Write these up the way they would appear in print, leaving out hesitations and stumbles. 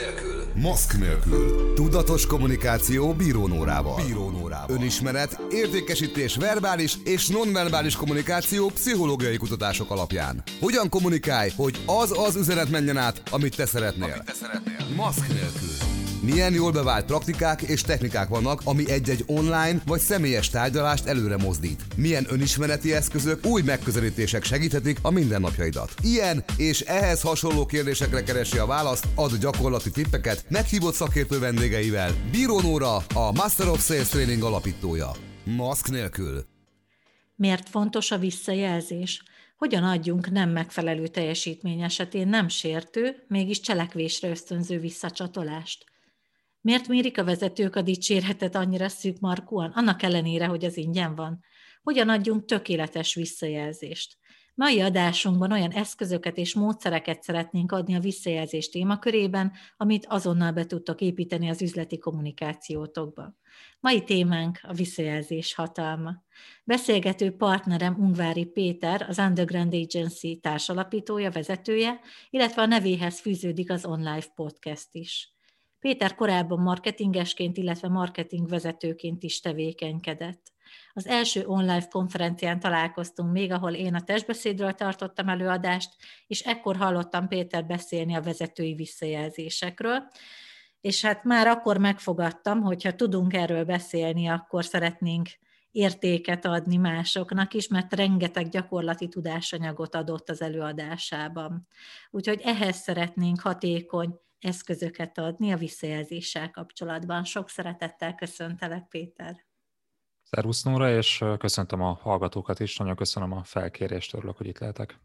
Maszk nélkül. Tudatos kommunikáció Bíró Nórával. Önismeret, értékesítés verbális és nonverbális kommunikáció pszichológiai kutatások alapján. Hogyan kommunikálj, hogy az üzenet menjen át, amit te szeretnél. Maszk nélkül. Milyen jól bevált praktikák és technikák vannak, ami egy-egy online vagy személyes tárgyalást előre mozdít. Milyen önismereti eszközök, új megközelítések segíthetik a mindennapjaidat. Ilyen és ehhez hasonló kérdésekre keresi a választ, ad gyakorlati tippeket meghívott szakértő vendégeivel. Bíró Nóra, a Master of Sales Training alapítója. Maszk nélkül. Miért fontos a visszajelzés? Hogyan adjunk nem megfelelő teljesítmény esetén nem sértő, mégis cselekvésre ösztönző visszacsatolást? Miért mérik a vezetők a dicséretet annyira szűkmarkúan, annak ellenére, hogy az ingyen van? Hogyan adjunk tökéletes visszajelzést? Mai adásunkban olyan eszközöket és módszereket szeretnénk adni a visszajelzés témakörében, amit azonnal be tudtok építeni az üzleti kommunikációtokba. Mai témánk a visszajelzés hatalma. Beszélgető partnerem Ungvári Péter, az Underground Agency társalapítója, vezetője, illetve a nevéhez fűződik az online podcast is. Péter korábban marketingesként, illetve marketingvezetőként is tevékenykedett. Az első online konferencián találkoztunk még, ahol én a testbeszédről tartottam előadást, és ekkor hallottam Péter beszélni a vezetői visszajelzésekről, és hát már akkor megfogadtam, hogyha tudunk erről beszélni, akkor szeretnénk értéket adni másoknak is, mert rengeteg gyakorlati tudásanyagot adott az előadásában. Úgyhogy ehhez szeretnénk hatékony eszközöket adni a visszajelzéssel kapcsolatban. Sok szeretettel köszöntelek, Péter. Szervusz Nóra, és köszöntöm a hallgatókat is, nagyon köszönöm a felkérést, örülök, hogy itt lehetek.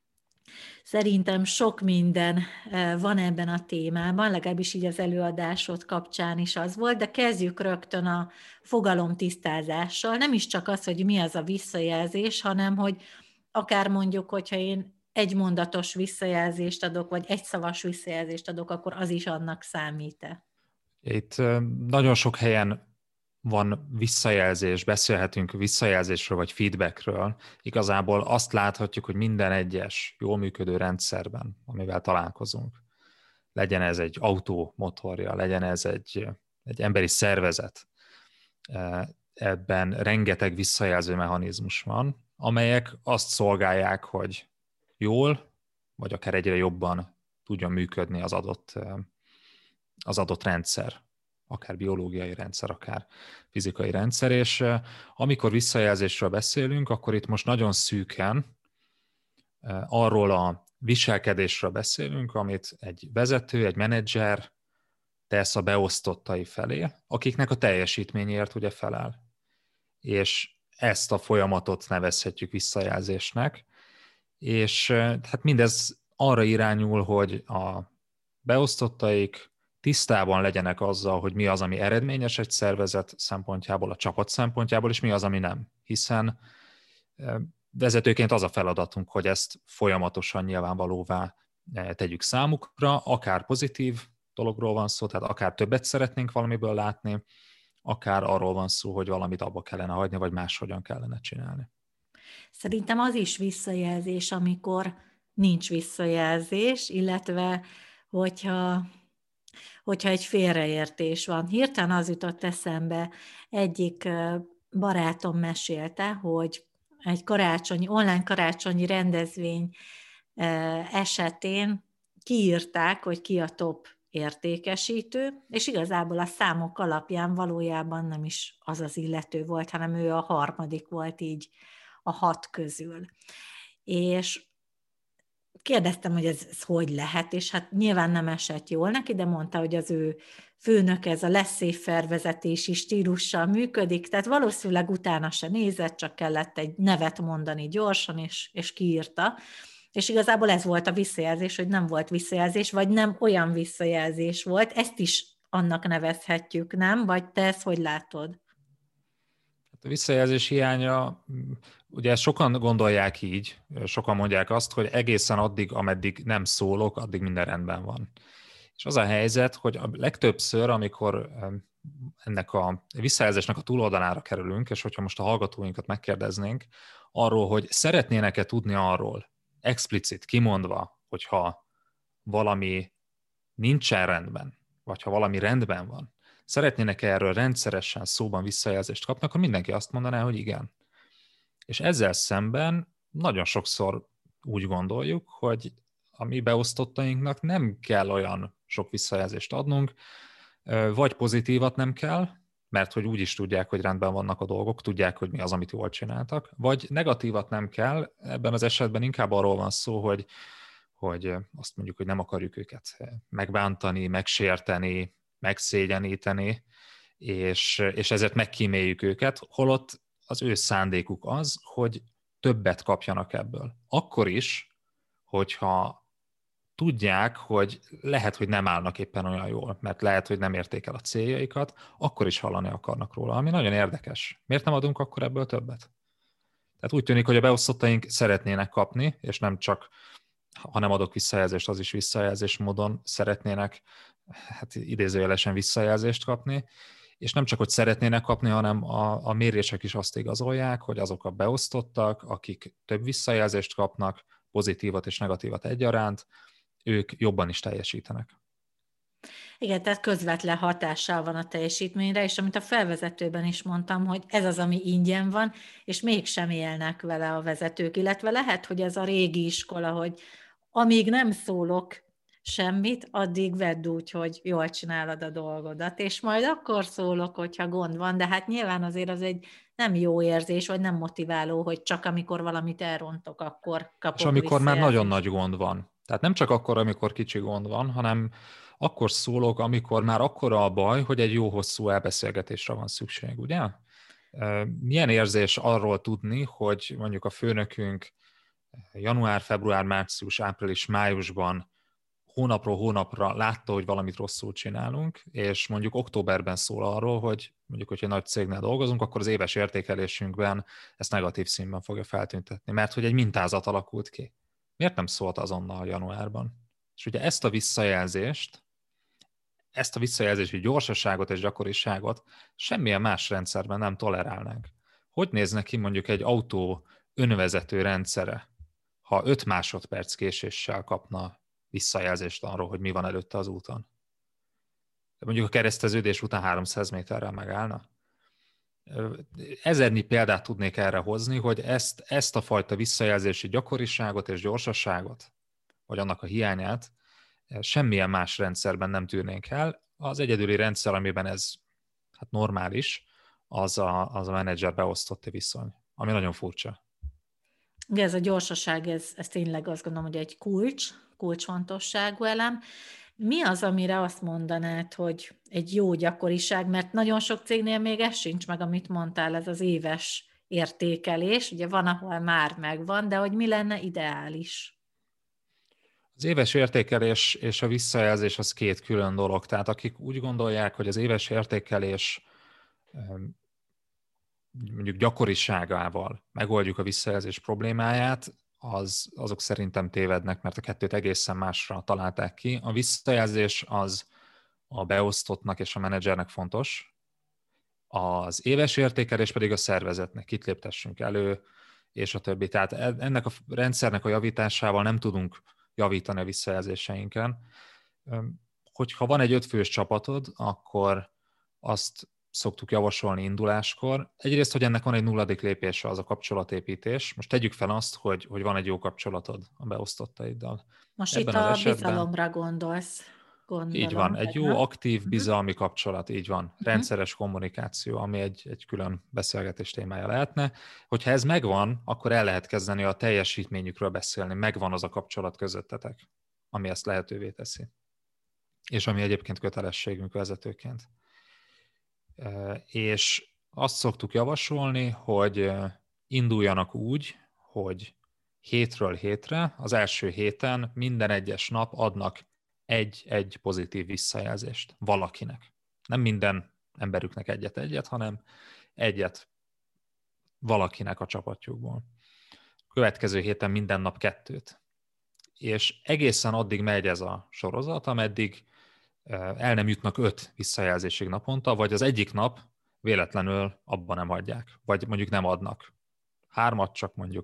Szerintem sok minden van ebben a témában, legalábbis így az előadásod kapcsán is az volt, de kezdjük rögtön a fogalomtisztázással. Nem is csak az, hogy mi az a visszajelzés, hanem hogy akár mondjuk, hogyha én egymondatos visszajelzést adok, vagy egyszavas visszajelzést adok, akkor az is annak számít-e? Itt nagyon sok helyen van visszajelzés, beszélhetünk visszajelzésről vagy feedbackről. Igazából azt láthatjuk, hogy minden egyes jól működő rendszerben, amivel találkozunk, legyen ez egy autó motorja, legyen ez egy emberi szervezet, ebben rengeteg visszajelző mechanizmus van, amelyek azt szolgálják, hogy jól, vagy akár egyre jobban tudjon működni az adott rendszer, akár biológiai rendszer, akár fizikai rendszer, és amikor visszajelzésről beszélünk, akkor itt most nagyon szűken arról a viselkedésről beszélünk, amit egy vezető, egy menedzser tesz a beosztottai felé, akiknek a teljesítményért ugye felel. És ezt a folyamatot nevezhetjük visszajelzésnek, és hát mindez arra irányul, hogy a beosztottaik tisztában legyenek azzal, hogy mi az, ami eredményes egy szervezet szempontjából, a csapat szempontjából, és mi az, ami nem. Hiszen vezetőként az a feladatunk, hogy ezt folyamatosan nyilvánvalóvá tegyük számukra, akár pozitív dologról van szó, tehát akár többet szeretnénk valamiből látni, akár arról van szó, hogy valamit abba kellene hagyni, vagy máshogyan kellene csinálni. Szerintem az is visszajelzés, amikor nincs visszajelzés, illetve hogyha egy félreértés van. Hirtelen az jutott eszembe, egyik barátom mesélte, hogy egy online karácsonyi rendezvény esetén kiírták, hogy ki a top értékesítő, és igazából a számok alapján valójában nem is az az illető volt, hanem ő a harmadik volt így a 6 közül. És kérdeztem, hogy ez hogy lehet, és hát nyilván nem esett jól neki, de mondta, hogy az ő főnök ez a laissez-faire vezetési stílussal működik, tehát valószínűleg utána se nézett, csak kellett egy nevet mondani gyorsan, és kiírta. És igazából ez volt a visszajelzés, hogy nem volt visszajelzés, vagy nem olyan visszajelzés volt, ezt is annak nevezhetjük, nem? Vagy te ezt hogy látod? A visszajelzés hiánya, ugye sokan gondolják így, sokan mondják azt, hogy egészen addig, ameddig nem szólok, addig minden rendben van. És az a helyzet, hogy a legtöbbször, amikor ennek a visszajelzésnek a túloldalára kerülünk, és hogyha most a hallgatóinkat megkérdeznénk arról, hogy szeretnének-e tudni arról, explicit, kimondva, hogyha valami nincsen rendben, vagy ha valami rendben van, szeretnének erről rendszeresen szóban visszajelzést kapni, akkor mindenki azt mondaná, hogy igen. És ezzel szemben nagyon sokszor úgy gondoljuk, hogy a mi beosztottainknak nem kell olyan sok visszajelzést adnunk, vagy pozitívat nem kell, mert hogy úgy is tudják, hogy rendben vannak a dolgok, tudják, hogy mi az, amit jól csináltak, vagy negatívat nem kell, ebben az esetben inkább arról van szó, hogy azt mondjuk, hogy nem akarjuk őket megbántani, megsérteni, megszégyeníteni, és ezért megkíméljük őket, holott az ő szándékuk az, hogy többet kapjanak ebből. Akkor is, hogyha tudják, hogy lehet, hogy nem állnak éppen olyan jól, mert lehet, hogy nem érték el a céljaikat, akkor is hallani akarnak róla, ami nagyon érdekes. Miért nem adunk akkor ebből többet? Tehát úgy tűnik, hogy a beosztottaink szeretnének kapni, és nem csak, ha nem adok visszajelzést, az is visszajelzés módon szeretnének, hát idézőjelesen visszajelzést kapni, és nem csak, hogy szeretnének kapni, hanem a mérések is azt igazolják, hogy azok a beosztottak, akik több visszajelzést kapnak, pozitívat és negatívat egyaránt, ők jobban is teljesítenek. Igen, tehát közvetlen hatással van a teljesítményre, és amit a felvezetőben is mondtam, hogy ez az, ami ingyen van, és mégsem élnek vele a vezetők, illetve lehet, hogy ez a régi iskola, hogy amíg nem szólok semmit, addig vedd úgy, hogy jól csinálod a dolgodat, és majd akkor szólok, hogyha gond van, de hát nyilván azért az egy nem jó érzés, vagy nem motiváló, hogy csak amikor valamit elrontok, akkor kapok. És amikor már visszajelzést. nagyon nagy gond van. Tehát nem csak akkor, amikor kicsi gond van, hanem akkor szólok, amikor már akkora a baj, hogy egy jó hosszú elbeszélgetésre van szükség, ugye? Milyen érzés arról tudni, hogy mondjuk a főnökünk január, február, március, április, májusban hónapról hónapra látta, hogy valamit rosszul csinálunk, és mondjuk októberben szól arról, hogy mondjuk, hogyha nagy cégnél dolgozunk, akkor az éves értékelésünkben ezt negatív színben fogja feltüntetni, mert hogy egy mintázat alakult ki. Miért nem szólt azonnal januárban? És ugye ezt a visszajelzési gyorsaságot és gyakoriságot semmilyen más rendszerben nem tolerálnánk. Hogy nézne ki mondjuk egy autó önvezető rendszere, ha 5 másodperc késéssel kapna visszajelzést arról, hogy mi van előtte az úton? De mondjuk a kereszteződés után 300 méterrel megállna? Ezernyi példát tudnék erre hozni, hogy ezt a fajta visszajelzési gyakoriságot és gyorsaságot, vagy annak a hiányát semmilyen más rendszerben nem tűrnénk el. Az egyedüli rendszer, amiben ez hát normális, az a menedzser beosztotti viszony, ami nagyon furcsa. Ugye ez a gyorsaság, ez tényleg azt gondolom, hogy egy kulcsfontosságú elem. Mi az, amire azt mondanád, hogy egy jó gyakoriság, mert nagyon sok cégnél még ez sincs meg, amit mondtál, ez az éves értékelés, ugye van, ahol már megvan, de hogy mi lenne ideális? Az éves értékelés és a visszajelzés az 2 külön dolog. Tehát akik úgy gondolják, hogy az éves értékelés mondjuk gyakoriságával megoldjuk a visszajelzés problémáját, azok szerintem tévednek, mert a kettőt egészen másra találták ki. A visszajelzés az a beosztottnak és a menedzsernek fontos, az éves értékelés pedig a szervezetnek, itt léptessünk elő, és a többi. Tehát ennek a rendszernek a javításával nem tudunk javítani a visszajelzéseinken. Hogyha van egy 5 fős csapatod, akkor azt szoktuk javasolni induláskor. Egyrészt, hogy ennek van egy 0. lépése, az a kapcsolatépítés. Most tegyük fel azt, hogy van egy jó kapcsolatod a beosztottaiddal. Most ebben itt az a esetben, bizalomra gondolsz. Gondolom, így van, egy jó, aktív, Uh-huh. bizalmi kapcsolat, így van. Rendszeres kommunikáció, ami egy külön beszélgetés témája lehetne. Hogyha ez megvan, akkor el lehet kezdeni a teljesítményükről beszélni. Megvan az a kapcsolat közöttetek, ami ezt lehetővé teszi. És ami egyébként kötelességünk vezetőként. És azt szoktuk javasolni, hogy induljanak úgy, hogy hétről hétre, az első héten minden egyes nap adnak egy pozitív visszajelzést valakinek. Nem minden emberüknek egyet, hanem egyet valakinek a csapatjukból. Következő héten minden nap 2. És egészen addig megy ez a sorozat, ameddig el nem jutnak 5 visszajelzésig naponta, vagy az egyik nap véletlenül abban nem hagyják, vagy mondjuk nem adnak 3, csak mondjuk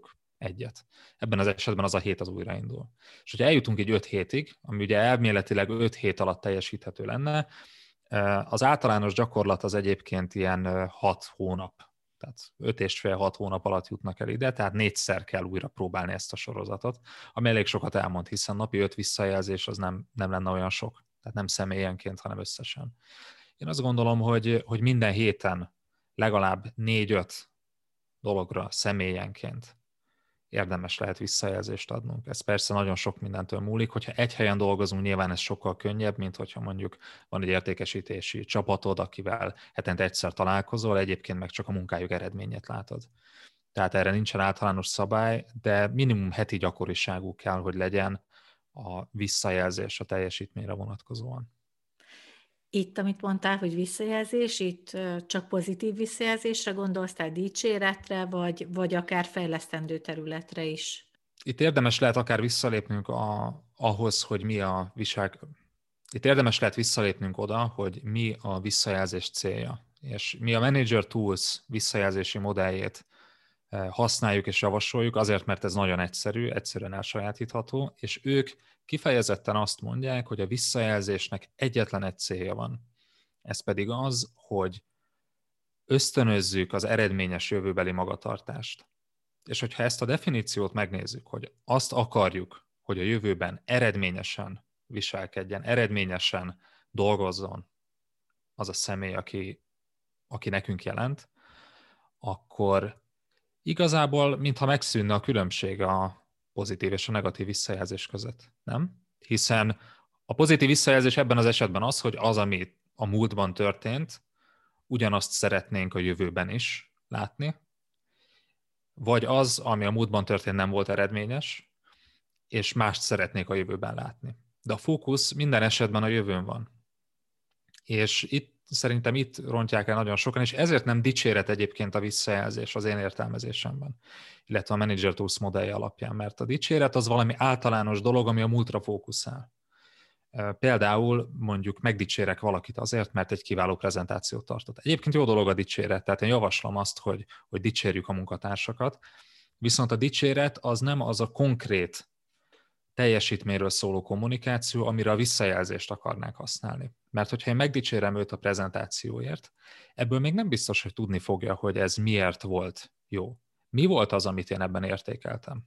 egyet. Ebben az esetben az a hét az újraindul. És hogyha eljutunk egy 5 hétig, ami ugye elméletileg 5 hét alatt teljesíthető lenne, az általános gyakorlat az egyébként ilyen 6 hónap. Tehát 5,5-6 hónap alatt jutnak el ide, tehát 4-szer kell újra próbálni ezt a sorozatot, ami elég sokat elmond, hiszen napi 5 visszajelzés az nem lenne olyan sok. Tehát nem személyenként, hanem összesen. Én azt gondolom, hogy minden héten legalább 4-5 dologra személyenként érdemes lehet visszajelzést adnunk. Ez persze nagyon sok mindentől múlik, hogyha egy helyen dolgozunk, nyilván ez sokkal könnyebb, mint hogyha mondjuk van egy értékesítési csapatod, akivel hetente egyszer találkozol, egyébként meg csak a munkájuk eredményét látod. Tehát erre nincsen általános szabály, de minimum heti gyakoriságú kell, hogy legyen a visszajelzés a teljesítményre vonatkozóan. Itt, amit mondtál, hogy visszajelzés, itt csak pozitív visszajelzésre gondolsz, tehát dicséretre, vagy akár fejlesztendő területre is? Itt érdemes lehet akár visszalépnünk ahhoz, hogy mi a Itt érdemes lehet visszalépnünk oda, hogy mi a visszajelzés célja. És mi a Manager Tools visszajelzési modelljét használjuk és javasoljuk, azért, mert ez nagyon egyszerűen elsajátítható, és ők kifejezetten azt mondják, hogy a visszajelzésnek egyetlen egy célja van. Ez pedig az, hogy ösztönözzük az eredményes jövőbeli magatartást. És hogyha ezt a definíciót megnézzük, hogy azt akarjuk, hogy a jövőben eredményesen viselkedjen, eredményesen dolgozzon az a személy, aki nekünk jelent, akkor igazából, mintha megszűnne a különbség a pozitív és a negatív visszajelzés között, nem? Hiszen a pozitív visszajelzés ebben az esetben az, hogy az, ami a múltban történt, ugyanazt szeretnénk a jövőben is látni, vagy az, ami a múltban történt, nem volt eredményes, és mást szeretnék a jövőben látni. De a fókusz minden esetben a jövőn van. És szerintem itt rontják el nagyon sokan, és ezért nem dicséret egyébként a visszajelzés az én értelmezésemben, illetve a Manager Tools modellje alapján, mert a dicséret az valami általános dolog, ami a múltra fókuszál. Például mondjuk megdicsérek valakit azért, mert egy kiváló prezentációt tartott. Egyébként jó dolog a dicséret, tehát én javaslom azt, hogy dicsérjük a munkatársakat, viszont a dicséret az nem az a konkrét teljesítményről szóló kommunikáció, amire a visszajelzést akarnák használni. Mert hogyha én megdicsérem őt a prezentációért, ebből még nem biztos, hogy tudni fogja, hogy ez miért volt jó. Mi volt az, amit én ebben értékeltem.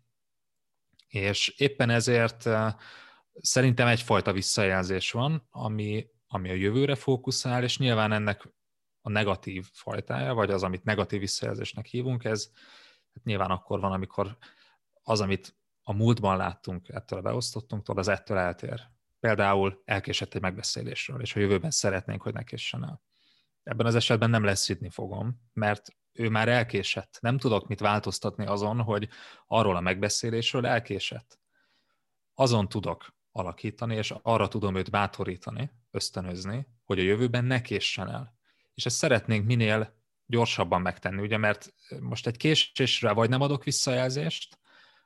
És éppen ezért szerintem egyfajta visszajelzés van, ami a jövőre fókuszál, és nyilván ennek a negatív fajtája, vagy az, amit negatív visszajelzésnek hívunk, ez nyilván akkor van, amikor az, amit a múltban láttunk ettől a beosztottunktól, az ettől eltér. Például elkésett egy megbeszélésről, és a jövőben szeretnénk, hogy ne késsen el. Ebben az esetben nem leszidni fogom, mert ő már elkésett. Nem tudok mit változtatni azon, hogy arról a megbeszélésről elkésett. Azon tudok alakítani, és arra tudom őt bátorítani, ösztönözni, hogy a jövőben ne késsen el. És ezt szeretnénk minél gyorsabban megtenni, ugye, mert most egy késésre vagy nem adok visszajelzést,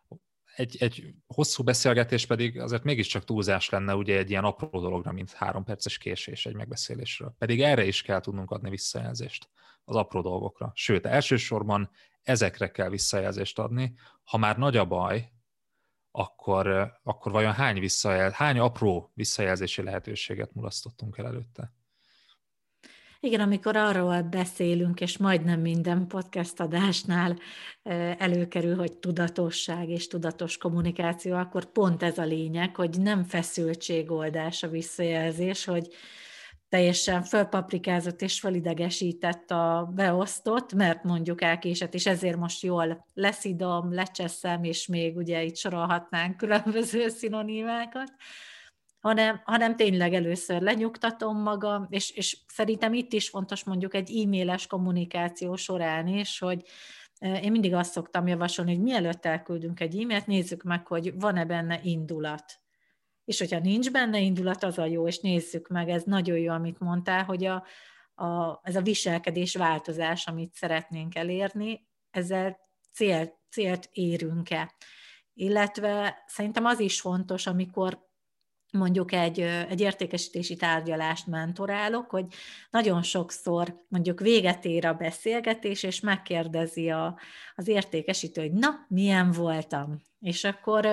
egy hosszú beszélgetés pedig azért mégiscsak túlzás lenne ugye egy ilyen apró dologra, mint 3 perces késés egy megbeszélésről. Pedig erre is kell tudnunk adni visszajelzést, az apró dolgokra. Sőt, elsősorban ezekre kell visszajelzést adni. Ha már nagy a baj, akkor vajon hány apró visszajelzési lehetőséget mulasztottunk el előtte? Igen, amikor arról beszélünk, és majdnem minden podcast adásnál előkerül, hogy tudatosság és tudatos kommunikáció, akkor pont ez a lényeg, hogy nem feszültségoldás a visszajelzés, hogy teljesen fölpaprikázott és fölidegesített a beosztott, mert mondjuk elkésett, és ezért most jól leszidom, lecseszem, és még ugye itt sorolhatnánk különböző szinonimákat, hanem tényleg először lenyugtatom magam, és szerintem itt is fontos mondjuk egy e-mailes kommunikáció során is, hogy én mindig azt szoktam javasolni, hogy mielőtt elküldünk egy e-mailt, nézzük meg, hogy van-e benne indulat. És hogyha nincs benne indulat, az a jó, és nézzük meg, ez nagyon jó, amit mondtál, hogy ez a viselkedés változás, amit szeretnénk elérni, ezzel célt érünk-e. Illetve szerintem az is fontos, amikor mondjuk egy értékesítési tárgyalást mentorálok, hogy nagyon sokszor mondjuk véget ér a beszélgetés, és megkérdezi az értékesítő, hogy na, milyen voltam? És akkor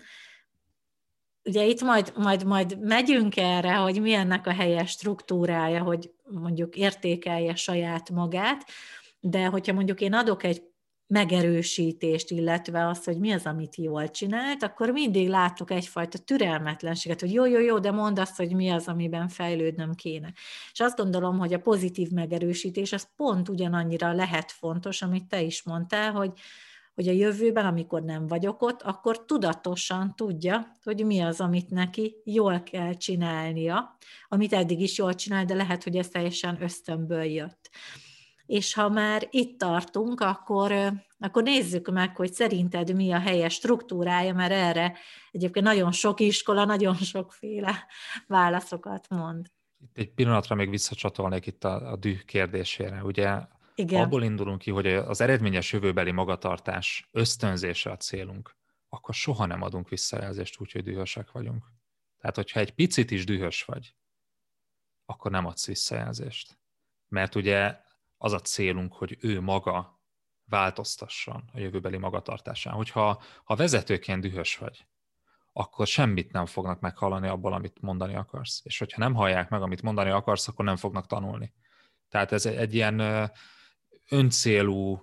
ugye itt majd megyünk erre, hogy mi ennek a helyes struktúrája, hogy mondjuk értékelje saját magát, de hogyha mondjuk én adok egy megerősítést, illetve azt, hogy mi az, amit jól csinált, akkor mindig látok egyfajta türelmetlenséget, hogy jó, de mondd azt, hogy mi az, amiben fejlődnöm kéne. És azt gondolom, hogy a pozitív megerősítés az pont ugyanannyira lehet fontos, amit te is mondtál, hogy a jövőben, amikor nem vagyok ott, akkor tudatosan tudja, hogy mi az, amit neki jól kell csinálnia, amit eddig is jól csinál, de lehet, hogy ez teljesen ösztönből jött. És ha már itt tartunk, akkor nézzük meg, hogy szerinted mi a helyes struktúrája, mert erre egyébként nagyon sok iskola, nagyon sokféle válaszokat mond. Itt egy pillanatra még visszacsatolnék itt a düh kérdésére. Ugye Igen. abból indulunk ki, hogy az eredményes jövőbeli magatartás ösztönzése a célunk, akkor soha nem adunk visszajelzést úgy, hogy dühösek vagyunk. Tehát, hogyha egy picit is dühös vagy, akkor nem adsz visszajelzést. Mert ugye az a célunk, hogy ő maga változtasson a jövőbeli magatartásán. Hogyha vezetőként dühös vagy, akkor semmit nem fognak meghallani abból, amit mondani akarsz. És hogyha nem hallják meg, amit mondani akarsz, akkor nem fognak tanulni. Tehát ez egy ilyen öncélú,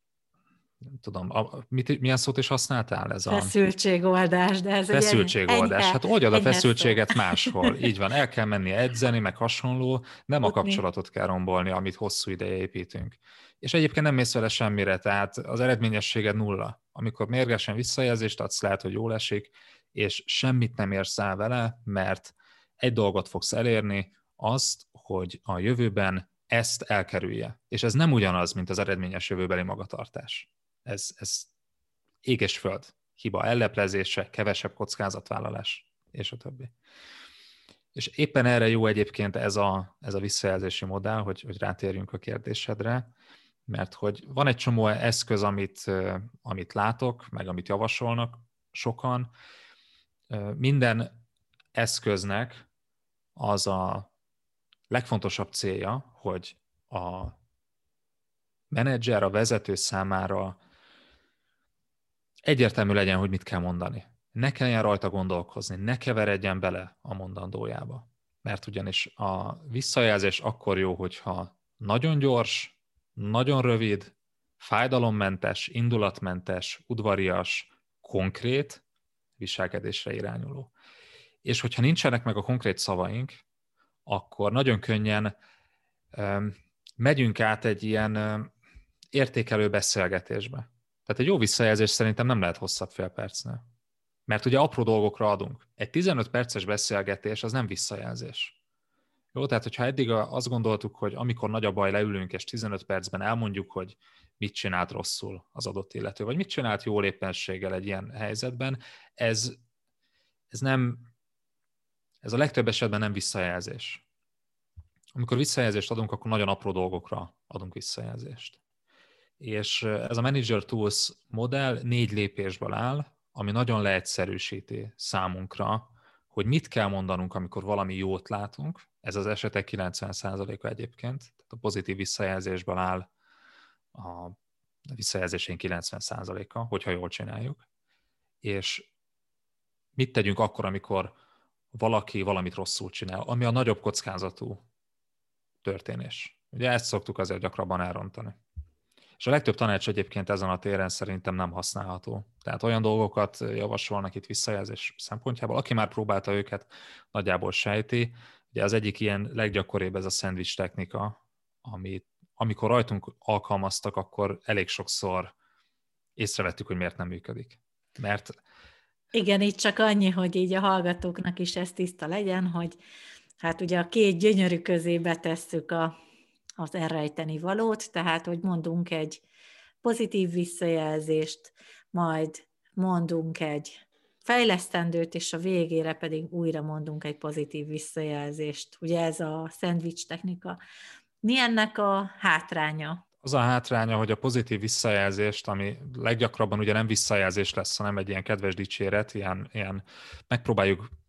nem tudom, milyen szót is használtál? Ez feszültségoldás, de ez feszültségoldás. Hát oldjad a feszültséget szó. Máshol. Így van, el kell menni edzeni, meg hasonló, nem Futni. A kapcsolatot kell rombolni, amit hosszú ideje építünk. És egyébként nem mész vele semmire, tehát az eredményességed nulla. Amikor mérgesen visszajelzést adsz, lehet, hogy jól esik, és semmit nem érsz el vele, mert egy dolgot fogsz elérni, azt, hogy a jövőben ezt elkerülje. És ez nem ugyanaz, mint az eredményes jövőbeli magatartás. Ez ég és föld. Hiba elleplezése, kevesebb kockázatvállalás, és a többi. És éppen erre jó egyébként ez a visszajelzési modell, hogy rátérjünk a kérdésedre, mert hogy van egy csomó eszköz, amit látok, meg amit javasolnak sokan. Minden eszköznek az a legfontosabb célja, hogy a menedzser, a vezető számára egyértelmű legyen, hogy mit kell mondani. Ne kelljen rajta gondolkozni, ne keveredjen bele a mondandójába. Mert ugyanis a visszajelzés akkor jó, hogyha nagyon gyors, nagyon rövid, fájdalommentes, indulatmentes, udvarias, konkrét, viselkedésre irányuló. És hogyha nincsenek meg a konkrét szavaink, akkor nagyon könnyen megyünk át egy ilyen értékelő beszélgetésbe. Tehát egy jó visszajelzés szerintem nem lehet hosszabb fél percnél. Mert ugye apró dolgokra adunk. Egy 15 perces beszélgetés az nem visszajelzés. Jó, tehát hogyha eddig azt gondoltuk, hogy amikor nagy a baj, leülünk és 15 percben elmondjuk, hogy mit csinált rosszul az adott illető, vagy mit csinált jól éppenséggel egy ilyen helyzetben, ez a legtöbb esetben nem visszajelzés. Amikor visszajelzést adunk, akkor nagyon apró dolgokra adunk visszajelzést. És ez a Manager Tools modell 4 lépésből áll, ami nagyon leegyszerűsíti számunkra, hogy mit kell mondanunk, amikor valami jót látunk. Ez az esetek 90%-a egyébként, tehát a pozitív visszajelzésből áll a visszajelzésén 90%-a, hogyha jól csináljuk. És mit tegyünk akkor, amikor valaki valamit rosszul csinál, ami a nagyobb kockázatú történés. Ugye ezt szoktuk azért gyakrabban elrontani. És a legtöbb tanács egyébként ezen a téren szerintem nem használható. Tehát olyan dolgokat javasolnak itt visszajelzés szempontjából, aki már próbálta őket, nagyjából sejti. Ugye az egyik ilyen leggyakoribb ez a szendvics technika, amikor rajtunk alkalmaztak, akkor elég sokszor észrevettük, hogy miért nem működik. Igen, itt csak annyi, hogy így a hallgatóknak is ez tiszta legyen, hogy hát ugye a 2 gyönyörű közé betesszük az elrejteni valót, tehát hogy mondunk egy pozitív visszajelzést, majd mondunk egy fejlesztendőt, és a végére pedig újra mondunk egy pozitív visszajelzést. Ugye ez a szendvics technika. Mi ennek a hátránya? Az a hátránya, hogy a pozitív visszajelzést, ami leggyakrabban ugye nem visszajelzés lesz, hanem egy ilyen kedves dicséret, ilyen megpróbáljuk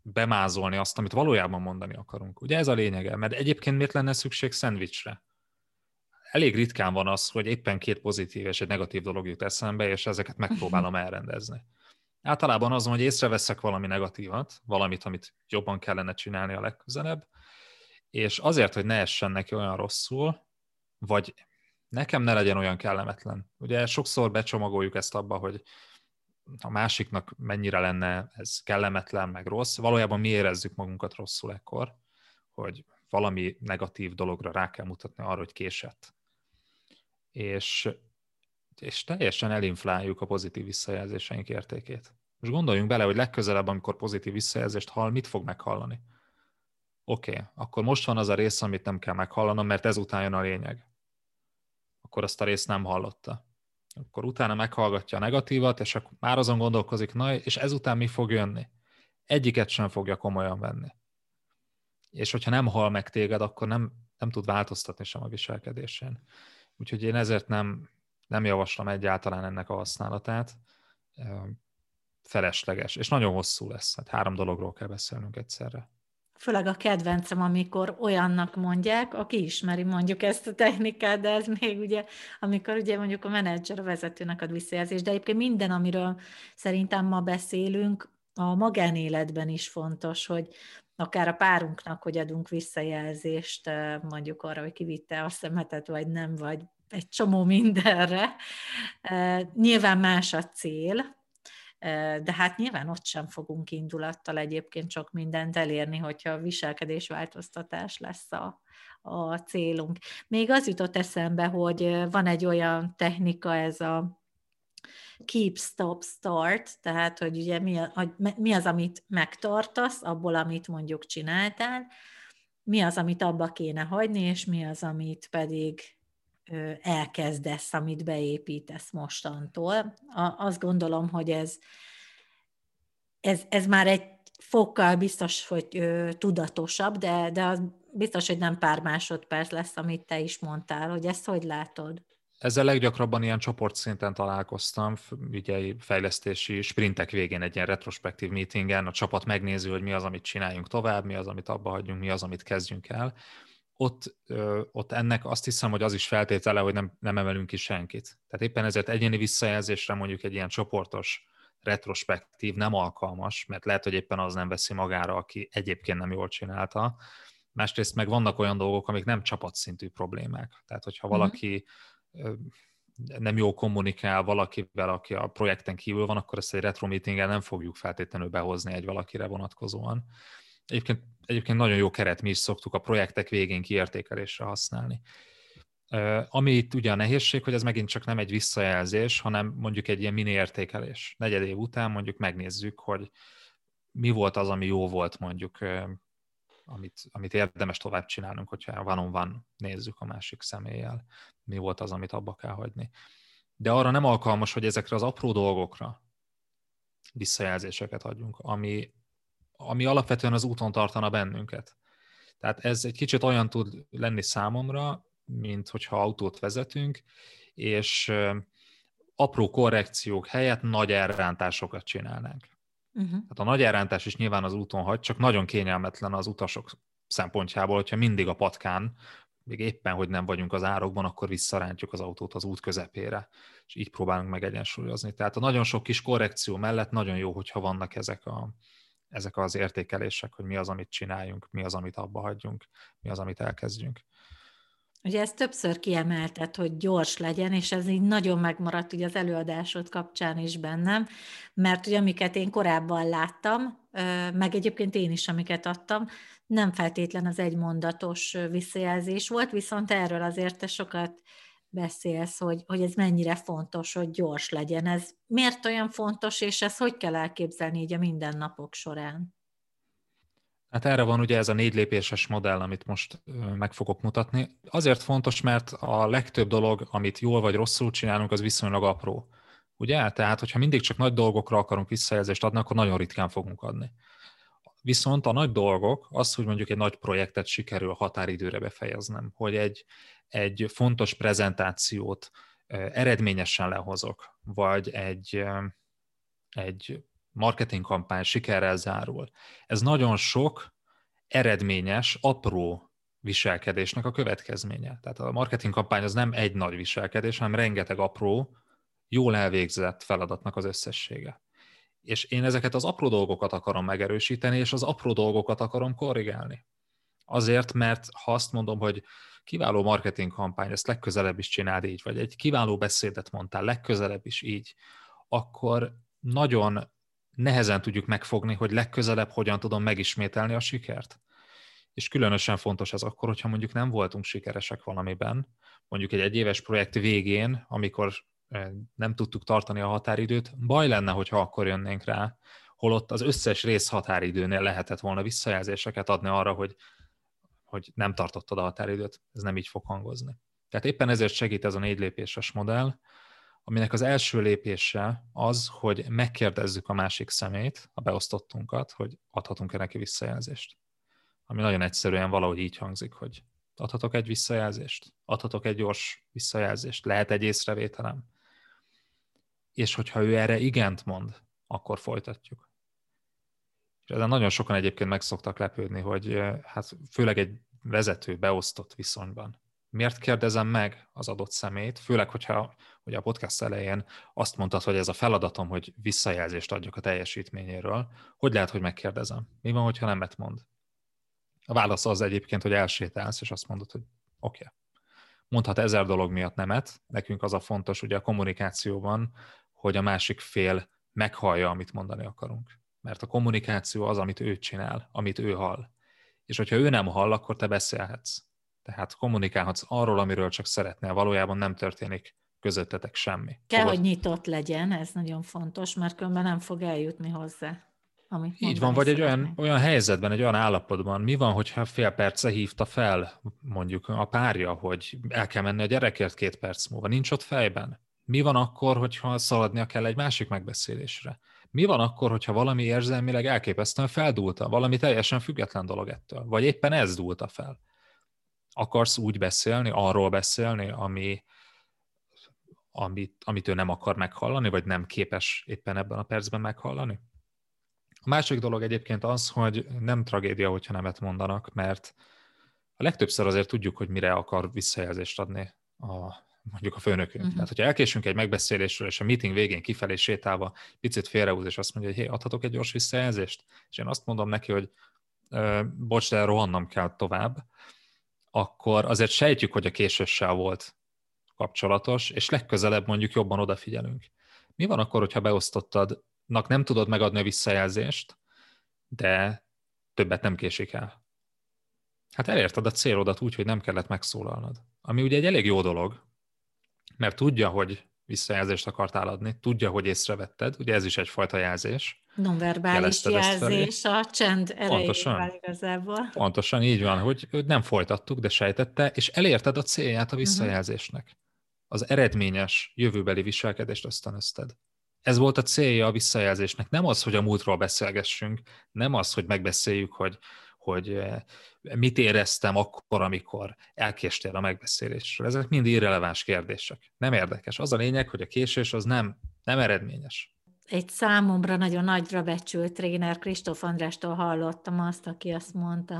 bemázolni azt, amit valójában mondani akarunk. Ugye ez a lényege, mert egyébként miért lenne szükség szendvicsre? Elég ritkán van az, hogy éppen két pozitív és egy negatív dolog jut eszembe, és ezeket megpróbálom elrendezni. Általában az van, hogy észreveszek valami negatívat, valamit, amit jobban kellene csinálni a legközelebb, és azért, hogy ne essen neki olyan rosszul, vagy nekem ne legyen olyan kellemetlen. Ugye sokszor becsomagoljuk ezt abba, hogy a másiknak mennyire lenne ez kellemetlen, meg rossz. Valójában mi érezzük magunkat rosszul ekkor, hogy valami negatív dologra rá kell mutatni arra, hogy késett. És teljesen elinfláljuk a pozitív visszajelzéseink értékét. Most gondoljunk bele, hogy legközelebb, amikor pozitív visszajelzést hall, mit fog meghallani? Oké, akkor most van az a rész, amit nem kell meghallanom, mert ezután jön a lényeg. Akkor azt a részt nem hallotta. Akkor utána meghallgatja a negatívat, és akkor már azon gondolkozik, na, és ezután mi fog jönni? Egyiket sem fogja komolyan venni. És hogyha nem hall meg téged, akkor nem tud változtatni sem a viselkedésén. Úgyhogy én ezért nem javaslom egyáltalán ennek a használatát. Felesleges, és nagyon hosszú lesz. Hát 3 dologról kell beszélnünk egyszerre. Főleg a kedvencem, amikor olyannak mondják, aki ismeri mondjuk ezt a technikát, de ez még ugye, amikor ugye mondjuk a menedzser, a vezetőnek ad visszajelzést, de egyébként minden, amiről szerintem ma beszélünk, a magánéletben is fontos, hogy akár a párunknak, hogy adunk visszajelzést mondjuk arra, hogy kivitte a szemetet, vagy nem, vagy egy csomó mindenre. Nyilván más a cél, de hát nyilván ott sem fogunk indulattal egyébként sok mindent elérni, hogyha a viselkedésváltoztatás lesz a célunk. Még az jutott eszembe, hogy van egy olyan technika, ez a keep, stop, start, tehát hogy ugye mi az, amit megtartasz abból, amit mondjuk csináltál, mi az, amit abba kéne hagyni, és mi az, amit pedig elkezdesz, amit beépítesz mostantól. Azt gondolom, hogy ez már egy fokkal biztos, hogy tudatosabb, de az biztos, hogy nem pár másodperc lesz, amit te is mondtál, hogy ezt hogy látod? Ezzel leggyakrabban ilyen csoportszinten találkoztam, ugye fejlesztési sprintek végén egy ilyen retrospektív meetingen, a csapat megnézi, hogy mi az, amit csináljunk tovább, mi az, amit abba hagyjunk, mi az, amit kezdjünk el. Ott ennek azt hiszem, hogy az is feltétele, hogy nem emelünk ki senkit. Tehát éppen ezért egyéni visszajelzésre mondjuk egy ilyen csoportos retrospektív nem alkalmas, mert lehet, hogy éppen az nem veszi magára, aki egyébként nem jól csinálta. Másrészt meg vannak olyan dolgok, amik nem csapatszintű problémák. Tehát, hogyha valaki nem jól kommunikál valakivel, aki a projekten kívül van, akkor ezt egy retro meetingen nem fogjuk feltétlenül behozni egy valakire vonatkozóan. Egyébként nagyon jó keret, mi is szoktuk a projektek végén kiértékelésre használni. Ami itt ugye a nehézség, hogy ez megint csak nem egy visszajelzés, hanem mondjuk egy ilyen mini értékelés. 4 év után mondjuk megnézzük, hogy mi volt az, ami jó volt mondjuk, amit érdemes tovább csinálnunk, hogyha one-on-one nézzük a másik személlyel. Mi volt az, amit abba kell hagyni. De arra nem alkalmas, hogy ezekre az apró dolgokra visszajelzéseket adjunk, ami alapvetően az úton tartana bennünket. Tehát ez egy kicsit olyan tud lenni számomra, mint hogyha autót vezetünk, és apró korrekciók helyett nagy elrántásokat csinálnánk. Tehát a nagy elrántás is nyilván az úton hagy, csak nagyon kényelmetlen az utasok szempontjából, hogyha mindig a patkán, még éppen, hogy nem vagyunk az árokban, akkor visszarántjuk az autót az út közepére, és így próbálunk meg egyensúlyozni. Tehát a nagyon sok kis korrekció mellett nagyon jó, hogyha vannak ezek az értékelések, hogy mi az, amit csináljunk, mi az, amit abba hagyjunk, mi az, amit elkezdjünk. Ugye ezt többször kiemelted, hogy gyors legyen, és ez így nagyon megmaradt ugye az előadásod kapcsán is bennem, mert ugye amiket én korábban láttam, meg egyébként én is, amiket adtam, nem feltétlen az egymondatos visszajelzés volt, viszont erről azért te sokat beszélsz, hogy ez mennyire fontos, hogy gyors legyen. Ez miért olyan fontos, és ezt hogy kell elképzelni így a mindennapok során? Hát erre van ugye ez a 4 lépéses modell, amit most meg fogok mutatni. Azért fontos, mert a legtöbb dolog, amit jól vagy rosszul csinálunk, az viszonylag apró. Ugye? Tehát, hogyha mindig csak nagy dolgokra akarunk visszajelzést adni, akkor nagyon ritkán fogunk adni. Viszont a nagy dolgok, az, hogy mondjuk egy nagy projektet sikerül határidőre befejeznem, hogy egy fontos prezentációt eredményesen lehozok, vagy egy marketingkampány sikerrel zárul, ez nagyon sok eredményes, apró viselkedésnek a következménye. Tehát a marketingkampány az nem egy nagy viselkedés, hanem rengeteg apró, jól elvégzett feladatnak az összessége. És én ezeket az apró dolgokat akarom megerősíteni, és az apró dolgokat akarom korrigálni. Azért, mert ha azt mondom, hogy kiváló marketingkampány, ezt legközelebb is csináld így, vagy egy kiváló beszédet mondtál, legközelebb is így, akkor nagyon nehezen tudjuk megfogni, hogy legközelebb hogyan tudom megismételni a sikert. És különösen fontos ez akkor, hogyha mondjuk nem voltunk sikeresek valamiben, mondjuk egy egyéves projekt végén, amikor nem tudtuk tartani a határidőt, baj lenne, hogyha akkor jönnénk rá, holott az összes rész határidőnél lehetett volna visszajelzéseket adni arra, hogy nem tartottad a határidőt, ez nem így fog hangozni. Tehát éppen ezért segít ez a 4 lépéses modell, aminek az első lépése az, hogy megkérdezzük a másik szemét, a beosztottunkat, hogy adhatunk-e neki visszajelzést. Ami nagyon egyszerűen valahogy így hangzik, hogy adhatok egy visszajelzést, adhatok egy gyors visszajelzést, lehet egy észrevételem. És hogyha ő erre igent mond, akkor folytatjuk. És ezen nagyon sokan egyébként meg szoktak lepődni, hogy hát főleg egy vezető beosztott viszonyban. Miért kérdezem meg az adott személyt, főleg, hogyha ugye a podcast elején azt mondtad, hogy ez a feladatom, hogy visszajelzést adjak a teljesítményéről, hogy lehet, hogy megkérdezem? Mi van, hogyha nemet mond? A válasz az egyébként, hogy elsétálsz, és azt mondod, hogy oké. Mondhat 1000 dolog miatt nemet, nekünk az a fontos ugye a kommunikációban, hogy a másik fél meghallja, amit mondani akarunk. Mert a kommunikáció az, amit ő csinál, amit ő hall. És hogyha ő nem hall, akkor te beszélhetsz. Tehát kommunikálhatsz arról, amiről csak szeretnél. Valójában nem történik közöttetek semmi. Kell, hogy nyitott legyen, ez nagyon fontos, mert különben nem fog eljutni hozzá. Amit így van, vagy egy olyan helyzetben, egy olyan állapotban, mi van, hogyha fél perce hívta fel mondjuk a párja, hogy el kell menni a gyerekért 2 perc múlva, nincs ott fejben? Mi van akkor, hogyha szaladnia kell egy másik megbeszélésre? Mi van akkor, hogyha valami érzelmileg elképesztően feldúlta, valami teljesen független dolog ettől, vagy éppen ez dúlta fel? Akarsz úgy beszélni, arról beszélni, amit ő nem akar meghallani, vagy nem képes éppen ebben a percben meghallani? A másik dolog egyébként az, hogy nem tragédia, hogyha nemet mondanak, mert a legtöbbször azért tudjuk, hogy mire akar visszajelzést adni mondjuk a főnökünk. Tehát, hogyha elkésünk egy megbeszélésről, és a meeting végén kifelé sétálva picit félrehúz, és azt mondja, hogy hé, adhatok egy gyors visszajelzést? És én azt mondom neki, hogy bocs, de rohannom kell tovább, akkor azért sejtjük, hogy a késéssel volt kapcsolatos, és legközelebb mondjuk jobban odafigyelünk. Mi van akkor, hogyha beosztottadnak nem tudod megadni a visszajelzést, de többet nem késik el? Hát elérted a célodat úgy, hogy nem kellett megszólalnod. Ami ugye egy elég jó dolog, mert tudja, hogy visszajelzést akartál adni, tudja, hogy észrevetted, ugye ez is egyfajta jelzés. Nonverbális jelzés a csend erejével igazából. Pontosan így van, hogy nem folytattuk, de sejtette, és elérted a célját a visszajelzésnek. Az eredményes jövőbeli viselkedést ösztönözted. Ez volt a célja a visszajelzésnek. Nem az, hogy a múltról beszélgessünk, nem az, hogy megbeszéljük, hogy mit éreztem akkor, amikor elkéstél a megbeszélésről. Ezek mind irreleváns kérdések. Nem érdekes. Az a lényeg, hogy a késés az nem eredményes. Egy számomra nagyon nagyra becsült tréner, Kristóf Andrástól hallottam azt, aki azt mondta,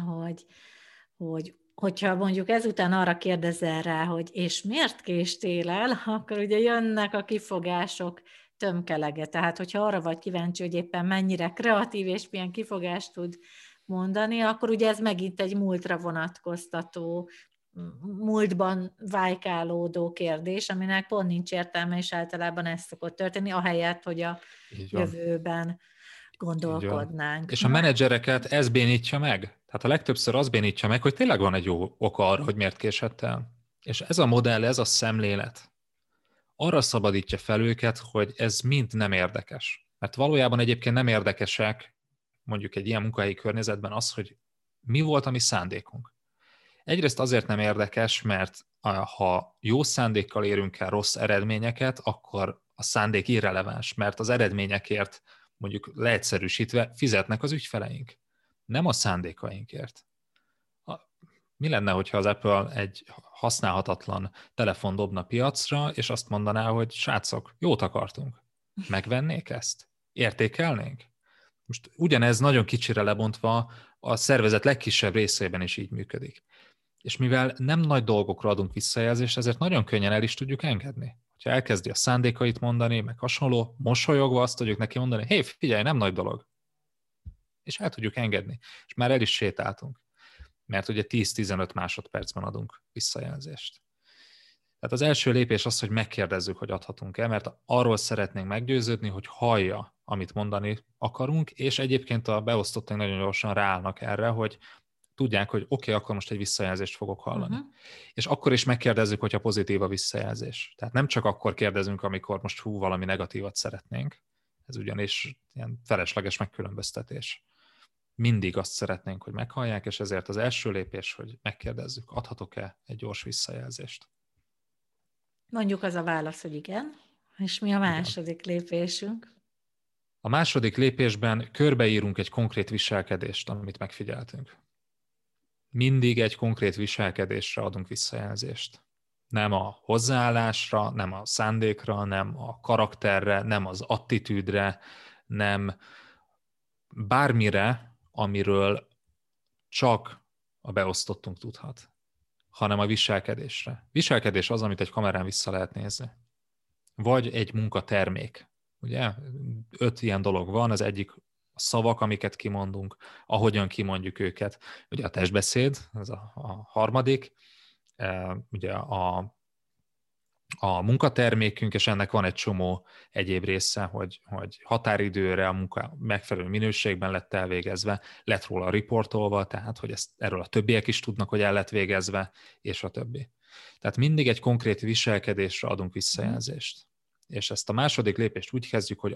hogyha mondjuk ezután arra kérdezel rá, hogy és miért késtél el, akkor ugye jönnek a kifogások tömkelege. Tehát, hogyha arra vagy kíváncsi, hogy éppen mennyire kreatív és milyen kifogást tud mondani, akkor ugye ez megint egy múltra vonatkoztató, múltban vájkálódó kérdés, aminek pont nincs értelme, és általában ez szokott történni, ahelyett, hogy a jövőben gondolkodnánk. És a menedzsereket ez bénítja meg. Tehát a legtöbbször az bénítja meg, hogy tényleg van egy jó oka arra, hogy miért késett el. És ez a modell, ez a szemlélet arra szabadítja fel őket, hogy ez mind nem érdekes. Mert valójában egyébként nem érdekesek mondjuk egy ilyen munkahelyi környezetben az, hogy mi volt a mi szándékunk. Egyrészt azért nem érdekes, mert ha jó szándékkal érünk el rossz eredményeket, akkor a szándék irreleváns, mert az eredményekért mondjuk leegyszerűsítve fizetnek az ügyfeleink. Nem a szándékainkért. Mi lenne, hogyha az Apple egy használhatatlan telefon dobna piacra, és azt mondaná, hogy srácok, jót akartunk. Megvennék ezt? értékelnénk? Most ugyanez nagyon kicsire lebontva a szervezet legkisebb részében is így működik. És mivel nem nagy dolgokra adunk visszajelzést, ezért nagyon könnyen el is tudjuk engedni. Ha elkezdi a szándékait mondani, meg hasonló, mosolyogva azt tudjuk neki mondani, hé, figyelj, nem nagy dolog. És el tudjuk engedni. És már el is sétáltunk. Mert ugye 10-15 másodpercben adunk visszajelzést. Tehát az első lépés az, hogy megkérdezzük, hogy adhatunk-e, mert arról szeretnénk meggyőződni, hogy hallja, amit mondani akarunk, és egyébként a beosztottak nagyon gyorsan ráállnak erre, hogy tudják, hogy oké, akkor most egy visszajelzést fogok hallani. És akkor is megkérdezzük, hogyha pozitív a visszajelzés. Tehát nem csak akkor kérdezünk, amikor most valami negatívat szeretnénk, ez ugyanis ilyen felesleges megkülönböztetés. Mindig azt szeretnénk, hogy meghallják, és ezért az első lépés, hogy megkérdezzük, adhatok-e egy gyors visszajelzést. Mondjuk az a válasz, hogy igen. És mi a második lépésünk? A második lépésben körbeírunk egy konkrét viselkedést, amit megfigyeltünk. Mindig egy konkrét viselkedésre adunk visszajelzést. Nem a hozzáállásra, nem a szándékra, nem a karakterre, nem az attitűdre, nem bármire, amiről csak a beosztottunk tudhat, hanem a viselkedésre. Viselkedés az, amit egy kamerán vissza lehet nézni. Vagy egy munkatermék. Ugye? 5 ilyen dolog van, az egyik a szavak, amiket kimondunk, ahogyan kimondjuk őket. Ugye a testbeszéd, ez a harmadik, ugye a munkatermékünk, és ennek van egy csomó egyéb része, hogy határidőre a munka megfelelő minőségben lett elvégezve, lett róla riportolva, tehát hogy erről a többiek is tudnak, hogy el lett végezve, és a többi. Tehát mindig egy konkrét viselkedésre adunk visszajelzést. És ezt a második lépést úgy kezdjük, hogy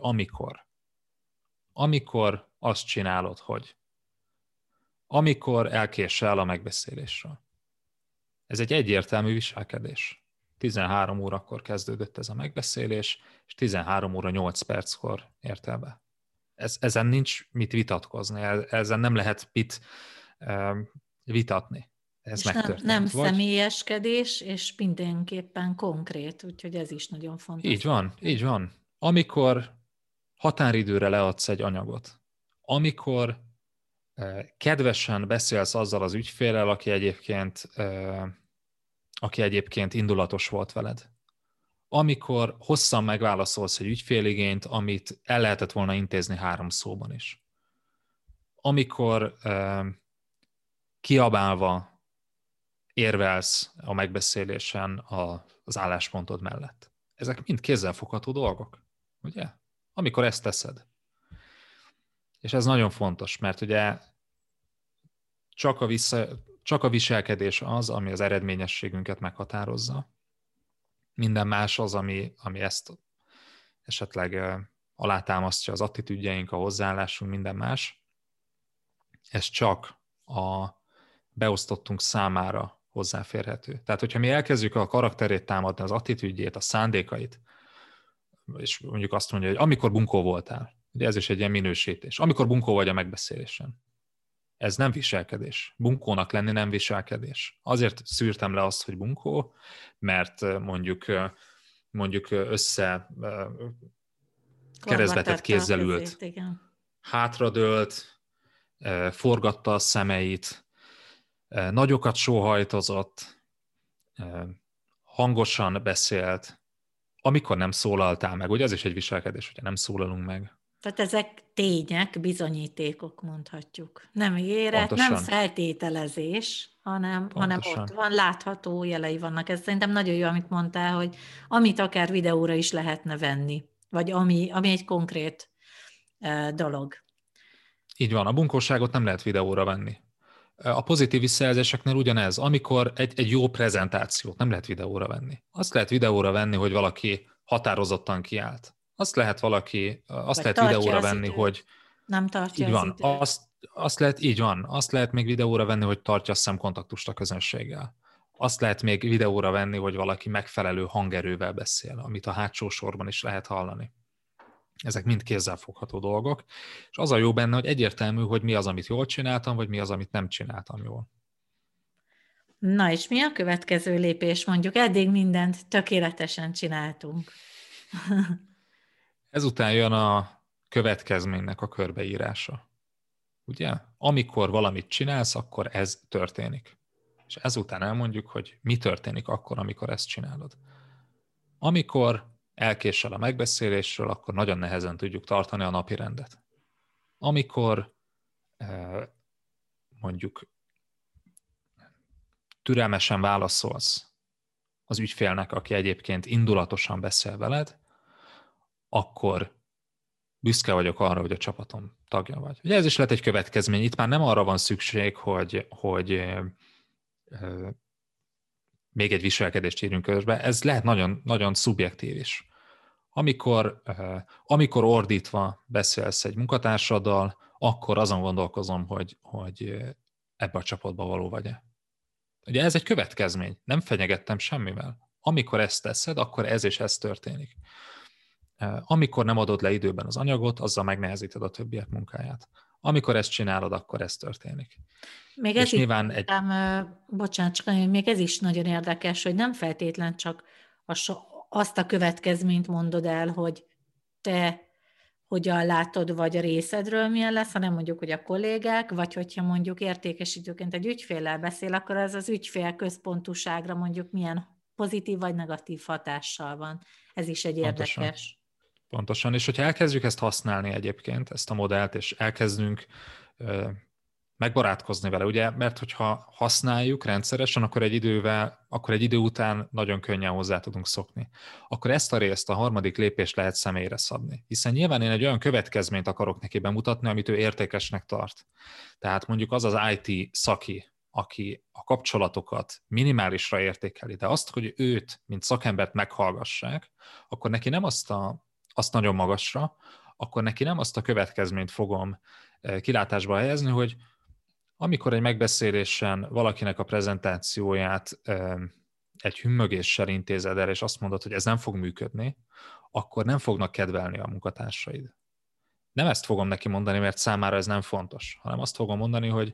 amikor azt csinálod, hogy amikor elkésel a megbeszélésről. Ez egy egyértelmű viselkedés. 13 órakor kezdődött ez a megbeszélés, és 13 óra 8 perckor ért el be. Ezen nincs mit vitatkozni, ezen nem lehet mit vitatni. Ez megtörtént. Nem személyeskedés, és mindenképpen konkrét, úgyhogy ez is nagyon fontos. Így van. Amikor határidőre leadsz egy anyagot, amikor kedvesen beszélsz azzal az ügyféllel, aki egyébként indulatos volt veled. Amikor hosszan megválaszolsz egy ügyféligényt, amit el lehetett volna intézni 3 szóban is. Amikor kiabálva érvelsz a megbeszélésen az álláspontod mellett. Ezek mind kézzelfogható dolgok, ugye? Amikor ezt teszed. És ez nagyon fontos, mert ugye csak a viselkedés az, ami az eredményességünket meghatározza. Minden más az, ami ezt esetleg alátámasztja, az attitűdjeink, a hozzáállásunk, minden más. Ez csak a beosztottunk számára hozzáférhető. Tehát, hogyha mi elkezdjük a karakterét támadni, az attitűdjét, a szándékait, és mondjuk azt mondja, hogy amikor bunkó voltál, ugye ez is egy ilyen minősítés. Amikor bunkó vagy a megbeszélésen. Ez nem viselkedés. Bunkónak lenni nem viselkedés. Azért szűrtem le azt, hogy bunkó, mert mondjuk össze keresztbetett kézzel ült, hátradőlt, forgatta a szemeit, nagyokat sóhajtozott, hangosan beszélt, amikor nem szólaltál meg. Ugye ez is egy viselkedés, hogyha nem szólalunk meg. Tehát ezek tények, bizonyítékok, mondhatjuk. Nem ígéret, nem feltételezés, hanem ott van, látható jelei vannak. Ez szerintem nagyon jó, amit mondtál, hogy amit akár videóra is lehetne venni, vagy ami egy konkrét dolog. Így van, a bunkóságot nem lehet videóra venni. A pozitív visszajelzéseknél ugyanez, amikor egy jó prezentációt nem lehet videóra venni. Azt lehet videóra venni, hogy valaki határozottan kiállt. Azt lehet videóra venni, hogy nem tartja így van, az időt. Azt lehet még videóra venni, hogy tartja a szemkontaktust a közönséggel. Azt lehet még videóra venni, hogy valaki megfelelő hangerővel beszél, amit a hátsó sorban is lehet hallani. Ezek mind kézzelfogható dolgok, és az a jó benne, hogy egyértelmű, hogy mi az, amit jól csináltam, vagy mi az, amit nem csináltam jól. Na, és mi a következő lépés? Mondjuk eddig mindent tökéletesen csináltunk. Ezután jön a következménynek a körbeírása. Ugye? Amikor valamit csinálsz, akkor ez történik. És ezután elmondjuk, hogy mi történik akkor, amikor ezt csinálod. Amikor elkésel a megbeszélésről, akkor nagyon nehezen tudjuk tartani a napirendet. Amikor mondjuk türelmesen válaszolsz az ügyfélnek, aki egyébként indulatosan beszél veled, akkor büszke vagyok arra, hogy a csapatom tagja vagy. Ugye ez is lehet egy következmény. Itt már nem arra van szükség, hogy még egy viselkedést írjunk közbe. Ez lehet nagyon, nagyon szubjektív is. Amikor ordítva beszélsz egy munkatársaddal, akkor azon gondolkozom, hogy ebbe a csapatba való vagy-e. Ugye ez egy következmény. Nem fenyegettem semmivel. Amikor ezt teszed, akkor ez és ez történik. Amikor nem adod le időben az anyagot, azzal megnehezíted a többiek munkáját. Amikor ezt csinálod, akkor ez történik. Még ez nyilván bocsánat, csak még ez is nagyon érdekes, hogy nem feltétlen csak azt a következményt mondod el, hogy te hogyan látod, vagy a részedről milyen lesz, hanem mondjuk, hogy a kollégák, vagy hogyha mondjuk értékesítőként egy ügyféllel beszél, akkor az az ügyfél központúságra mondjuk milyen pozitív vagy negatív hatással van. Ez is egy érdekes. Pontosan, és hogyha elkezdjük ezt használni egyébként, ezt a modellt, és elkezdünk megbarátkozni vele, ugye, mert hogyha használjuk rendszeresen, akkor egy idő után nagyon könnyen hozzá tudunk szokni. Akkor ezt a részt, a harmadik lépést lehet személyre szabni. Hiszen nyilván én egy olyan következményt akarok neki bemutatni, amit ő értékesnek tart. Tehát mondjuk az az IT szaki, aki a kapcsolatokat minimálisra értékeli, de azt, hogy őt, mint szakembert meghallgassák, akkor neki nem azt nagyon magasra, akkor neki nem azt a következményt fogom kilátásba helyezni, hogy amikor egy megbeszélésen valakinek a prezentációját egy hümmögéssel intézed el, és azt mondod, hogy ez nem fog működni, akkor nem fognak kedvelni a munkatársaid. Nem ezt fogom neki mondani, mert számára ez nem fontos, hanem azt fogom mondani, hogy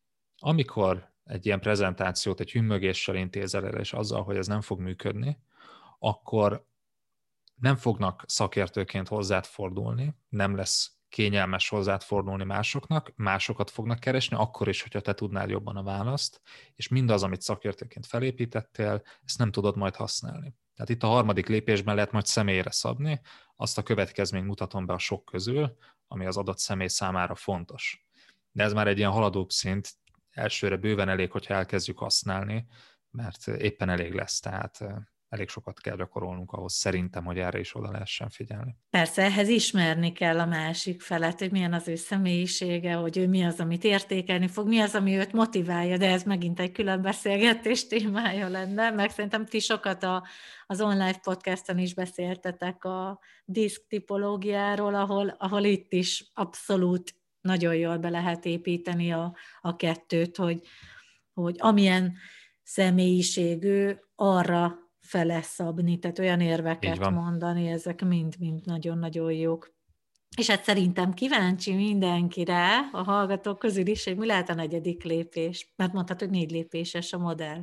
amikor egy ilyen prezentációt egy hümmögéssel intézel el, és azzal, hogy ez nem fog működni, akkor nem fognak szakértőként hozzád fordulni, nem lesz kényelmes hozzád fordulni másoknak, másokat fognak keresni, akkor is, hogyha te tudnád jobban a választ, és mindaz, amit szakértőként felépítettél, ezt nem tudod majd használni. Tehát itt a harmadik lépésben lehet majd személyre szabni, azt a következményt mutatom be a sok közül, ami az adott személy számára fontos. De ez már egy ilyen haladóbb szint, elsőre bőven elég, hogyha elkezdjük használni, mert éppen elég lesz, tehát elég sokat kell gyakorolnunk ahhoz szerintem, hogy erre is oda lehessen figyelni. Persze, ehhez ismerni kell a másik felet, hogy milyen az ő személyisége, hogy ő mi az, amit értékelni fog, mi az, ami őt motiválja, de ez megint egy külön beszélgetés témája lenne, meg szerintem ti sokat az online podcasten is beszéltetek a diszk tipológiáról, ahol itt is abszolút nagyon jól be lehet építeni a kettőt, hogy amilyen személyiségű arra fele szabni, tehát olyan érveket mondani, ezek mind nagyon-nagyon jók. És hát szerintem kíváncsi mindenkire, a hallgatók közül is, hogy mi lehet a 4. lépés, mert mondhatod, hogy 4 lépéses a modell.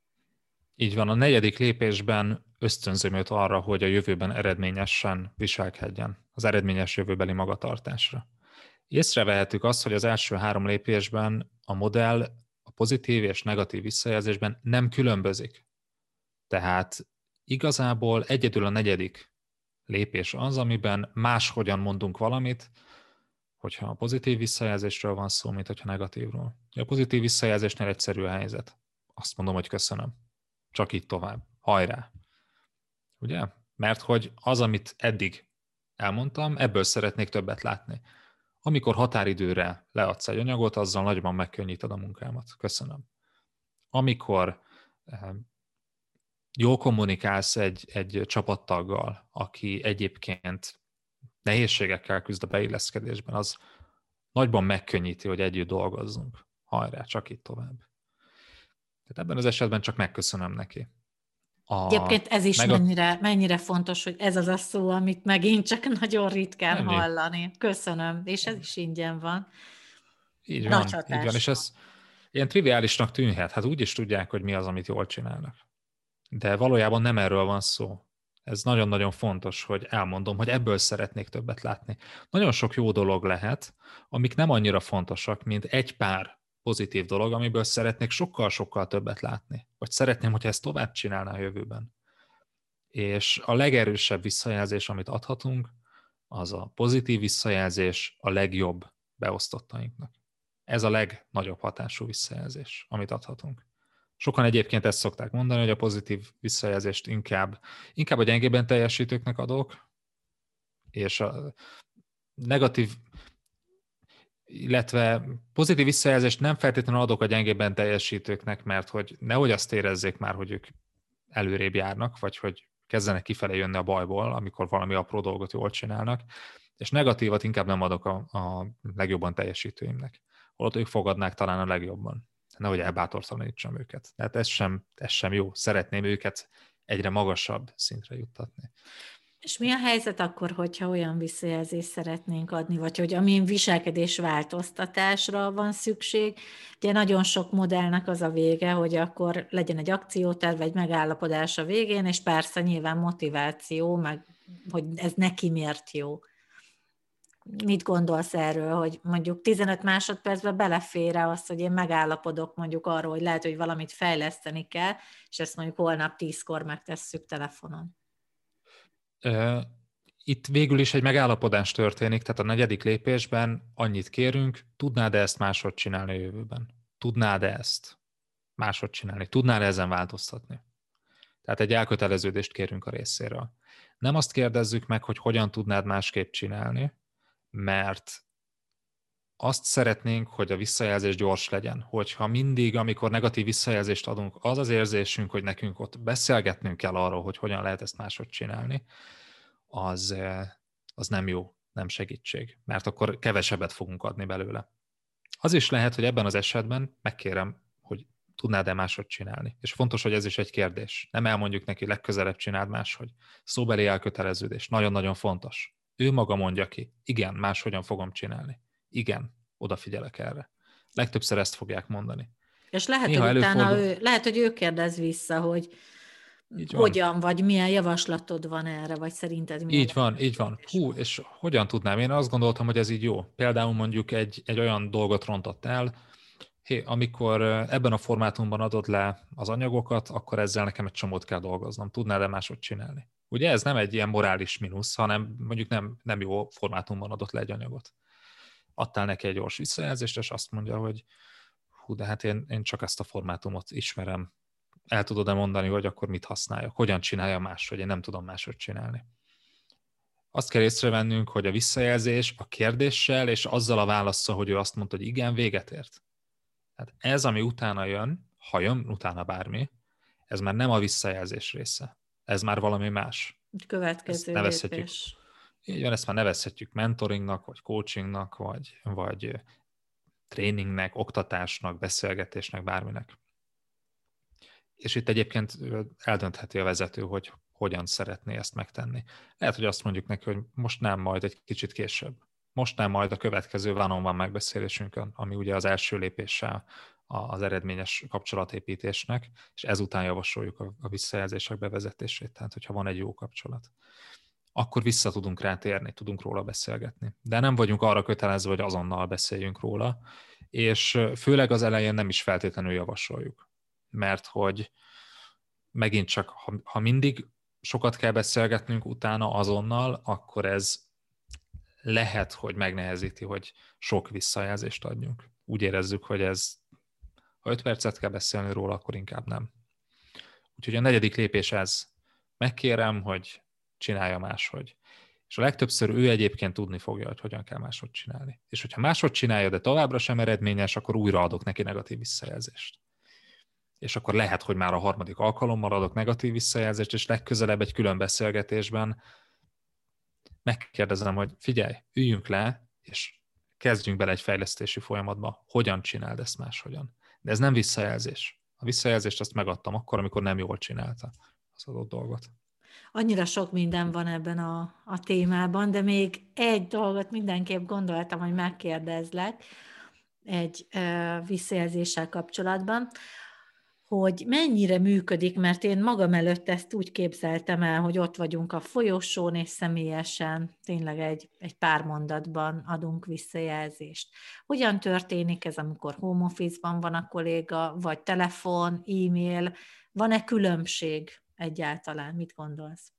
Így van, a 4. lépésben ösztönzöm őt arra, hogy a jövőben eredményesen viselkedjen, az eredményes jövőbeli magatartásra. Észrevehetjük azt, hogy az első 3 lépésben a modell a pozitív és negatív visszajelzésben nem különbözik. Tehát igazából egyedül a 4. lépés az, amiben máshogyan mondunk valamit, hogyha a pozitív visszajelzésről van szó, mint hogyha negatívról. A pozitív visszajelzésnél egyszerű a helyzet. Azt mondom, hogy köszönöm. Csak így tovább. Hajrá! Ugye? Mert hogy az, amit eddig elmondtam, ebből szeretnék többet látni. Amikor határidőre leadsz egy anyagot, azzal nagyban megkönnyíted a munkámat. Köszönöm. Amikor jól kommunikálsz egy csapattaggal, aki egyébként nehézségekkel küzd a beilleszkedésben, az nagyban megkönnyíti, hogy együtt dolgozzunk. Hajrá, csak itt tovább. Tehát ebben az esetben csak megköszönöm neki. Egyébként ez is mennyire fontos, hogy ez az a szó, amit megint csak nagyon ritkán hallani. Köszönöm, és ez is ingyen van. Így van, és ez ilyen triviálisnak tűnhet. Hát úgy is tudják, hogy mi az, amit jól csinálnak. De valójában nem erről van szó. Ez nagyon-nagyon fontos, hogy elmondom, hogy ebből szeretnék többet látni. Nagyon sok jó dolog lehet, amik nem annyira fontosak, mint egy pár pozitív dolog, amiből szeretnék sokkal-sokkal többet látni. Vagy szeretném, hogyha ezt tovább csinálná a jövőben. És a legerősebb visszajelzés, amit adhatunk, az a pozitív visszajelzés a legjobb beosztottainknak. Ez a legnagyobb hatású visszajelzés, amit adhatunk. Sokan egyébként ezt szokták mondani, hogy a pozitív visszajelzést inkább a gyengében teljesítőknek adok, és a negatív, illetve pozitív visszajelzést nem feltétlenül adok a gyengében teljesítőknek, mert hogy nehogy azt érezzék már, hogy ők előrébb járnak, vagy hogy kezdenek kifelé jönni a bajból, amikor valami apró dolgot jól csinálnak, és negatívat inkább nem adok a legjobban teljesítőimnek. Holott ők fogadnák talán a legjobban. Nehogy elbátortalanítsam őket. Tehát ez sem jó. Szeretném őket egyre magasabb szintre juttatni. És mi a helyzet akkor, hogyha olyan visszajelzést szeretnénk adni, vagy hogy amin viselkedés változtatásra van szükség? Ugye nagyon sok modellnek az a vége, hogy akkor legyen egy akcióterv, egy megállapodás a végén, és persze nyilván motiváció, meg hogy ez neki miért jó. Mit gondolsz erről, hogy mondjuk 15 másodpercben belefér-e az, hogy én megállapodok mondjuk arról, hogy lehet, hogy valamit fejleszteni kell, és ezt mondjuk holnap 10-kor megtesszük telefonon? Itt végül is egy megállapodás történik, tehát a 4. lépésben annyit kérünk, tudnád-e ezt máshogy csinálni a jövőben? Tudnád-e ezt máshogy csinálni? Tudnád-e ezen változtatni? Tehát egy elköteleződést kérünk a részéről. Nem azt kérdezzük meg, hogy hogyan tudnád másképp csinálni, mert azt szeretnénk, hogy a visszajelzés gyors legyen. Hogyha mindig, amikor negatív visszajelzést adunk, az az érzésünk, hogy nekünk ott beszélgetnünk kell arról, hogy hogyan lehet ezt máshogy csinálni, az nem jó, nem segítség, mert akkor kevesebbet fogunk adni belőle. Az is lehet, hogy ebben az esetben megkérem, hogy tudnád-e máshogy csinálni. És fontos, hogy ez is egy kérdés. Nem elmondjuk neki, legközelebb csináld máshogy. Szóbeli elköteleződés, nagyon-nagyon fontos. Ő maga mondja ki, igen, máshogyan fogom csinálni. Igen, odafigyelek erre. Legtöbbször ezt fogják mondani. És lehet, hogy utána lehet, hogy ő kérdez vissza, hogy hogyan, vagy milyen javaslatod van erre, vagy szerinted milyen. Így van. Hú, és hogyan tudnám? Én azt gondoltam, hogy ez így jó. Például mondjuk egy olyan dolgot rontott el, amikor ebben a formátumban adod le az anyagokat, akkor ezzel nekem egy csomót kell dolgoznom. Tudnád-e máshogy csinálni? Ugye ez nem egy ilyen morális mínusz, hanem mondjuk nem jó formátumban adott le egy anyagot. Adtál neki egy gyors visszajelzést, és azt mondja, hogy hú, de hát én csak ezt a formátumot ismerem. El tudod-e mondani, hogy akkor mit használjak? Hogyan csinálja máshogy? Én nem tudom máshogy csinálni. Azt kell észrevennünk, hogy a visszajelzés a kérdéssel és azzal a válasszal, hogy ő azt mondta, hogy igen, véget ért. Tehát ez, ami utána jön, ha jön utána bármi, ez már nem a visszajelzés része. Ez már valami más. Következő lépés. Így van, ezt már nevezhetjük mentoringnak, vagy coachingnak, vagy tréningnek, oktatásnak, beszélgetésnek, bárminek. És itt egyébként eldöntheti a vezető, hogy hogyan szeretné ezt megtenni. Lehet, hogy azt mondjuk neki, hogy most nem, majd egy kicsit később. Most nem, majd a következő one-on-one megbeszélésünkön, ami ugye az első lépéssel az eredményes kapcsolatépítésnek, és ezután javasoljuk a visszajelzések bevezetését, tehát hogyha van egy jó kapcsolat. Akkor vissza tudunk rá térni, tudunk róla beszélgetni. De nem vagyunk arra kötelezve, hogy azonnal beszéljünk róla, és főleg az elején nem is feltétlenül javasoljuk. Mert hogy megint csak, ha mindig sokat kell beszélgetnünk utána azonnal, akkor ez lehet, hogy megnehezíti, hogy sok visszajelzést adjunk. Úgy érezzük, hogy ha 5 percet kell beszélni róla, akkor inkább nem. Úgyhogy a 4. lépés ez. Megkérem, hogy csinálja máshogy. És a legtöbbször ő egyébként tudni fogja, hogy hogyan kell máshogy csinálni. És hogyha máshogy csinálja, de továbbra sem eredményes, akkor újra adok neki negatív visszajelzést. És akkor lehet, hogy már a 3. alkalommal adok negatív visszajelzést, és legközelebb egy külön beszélgetésben megkérdezem, hogy figyelj, üljünk le, és kezdjünk bele egy fejlesztési folyamatba, hogyan csináld ezt máshogyan. De ez nem visszajelzés. A visszajelzést azt megadtam akkor, amikor nem jól csinálta az adott dolgot. Annyira sok minden van ebben a témában, de még egy dolgot mindenképp gondoltam, hogy megkérdezlek egy visszajelzéssel kapcsolatban, hogy mennyire működik, mert én magam előtt ezt úgy képzeltem el, hogy ott vagyunk a folyosón, és személyesen tényleg egy pár mondatban adunk visszajelzést. Hogyan történik ez, amikor home office-ban van a kolléga, vagy telefon, e-mail? Van-e különbség egyáltalán? Mit gondolsz?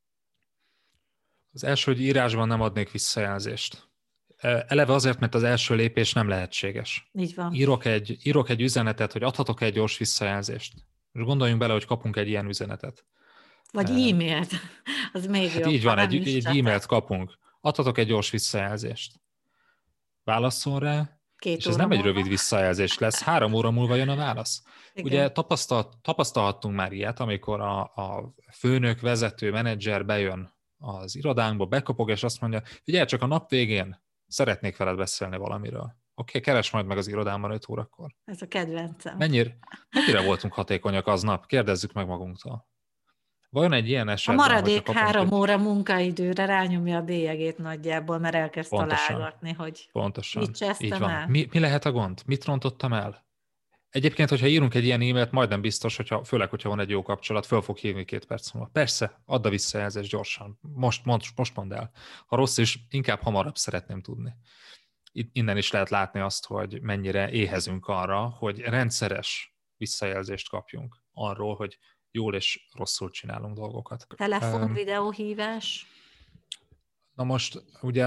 Az első, hogy írásban nem adnék visszajelzést. Eleve azért, mert az első lépés nem lehetséges. Így van. Írok egy üzenetet, hogy adhatok egy gyors visszajelzést. És gondoljunk bele, hogy kapunk egy ilyen üzenetet. Vagy e-mailt, az még Hát jobb. így van, egy e-mailt kapunk. Adhatok egy gyors visszajelzést. Válaszol rá, 2 és ez óra nem egy múlva. rövid visszajelzés lesz, 3 óra múlva jön a válasz. Igen. Ugye tapasztalhattunk már ilyet, amikor a főnök, vezető, menedzser bejön az irodánkba, bekopog, és azt mondja, figyelj, csak a nap végén szeretnék veled beszélni valamiről. Oké, keres majd meg az irodámban 5 órakor. Ez a kedvencem. Mennyire voltunk hatékonyak aznap? Kérdezzük meg magunktól. Vajon egy ilyen A esetben, maradék hogyha 3 óra munkaidőre rányomja a bélyegét nagyjából, mert elkezd találgatni, hogy Pontosan. mit csesztem Így van. el. Mi lehet a gond? Mit rontottam el? Egyébként, hogyha írunk egy ilyen e-mailt, majdnem biztos, főleg, hogyha van egy jó kapcsolat, föl fog hívni 2 perc múlva. Persze, add a visszajelzést gyorsan. Most mondd el. Ha rossz is, inkább hamarabb szeretném tudni. Innen is lehet látni azt, hogy mennyire éhezünk arra, hogy rendszeres visszajelzést kapjunk arról, hogy jól és rosszul csinálunk dolgokat. Telefon, videóhívás? Na most ugye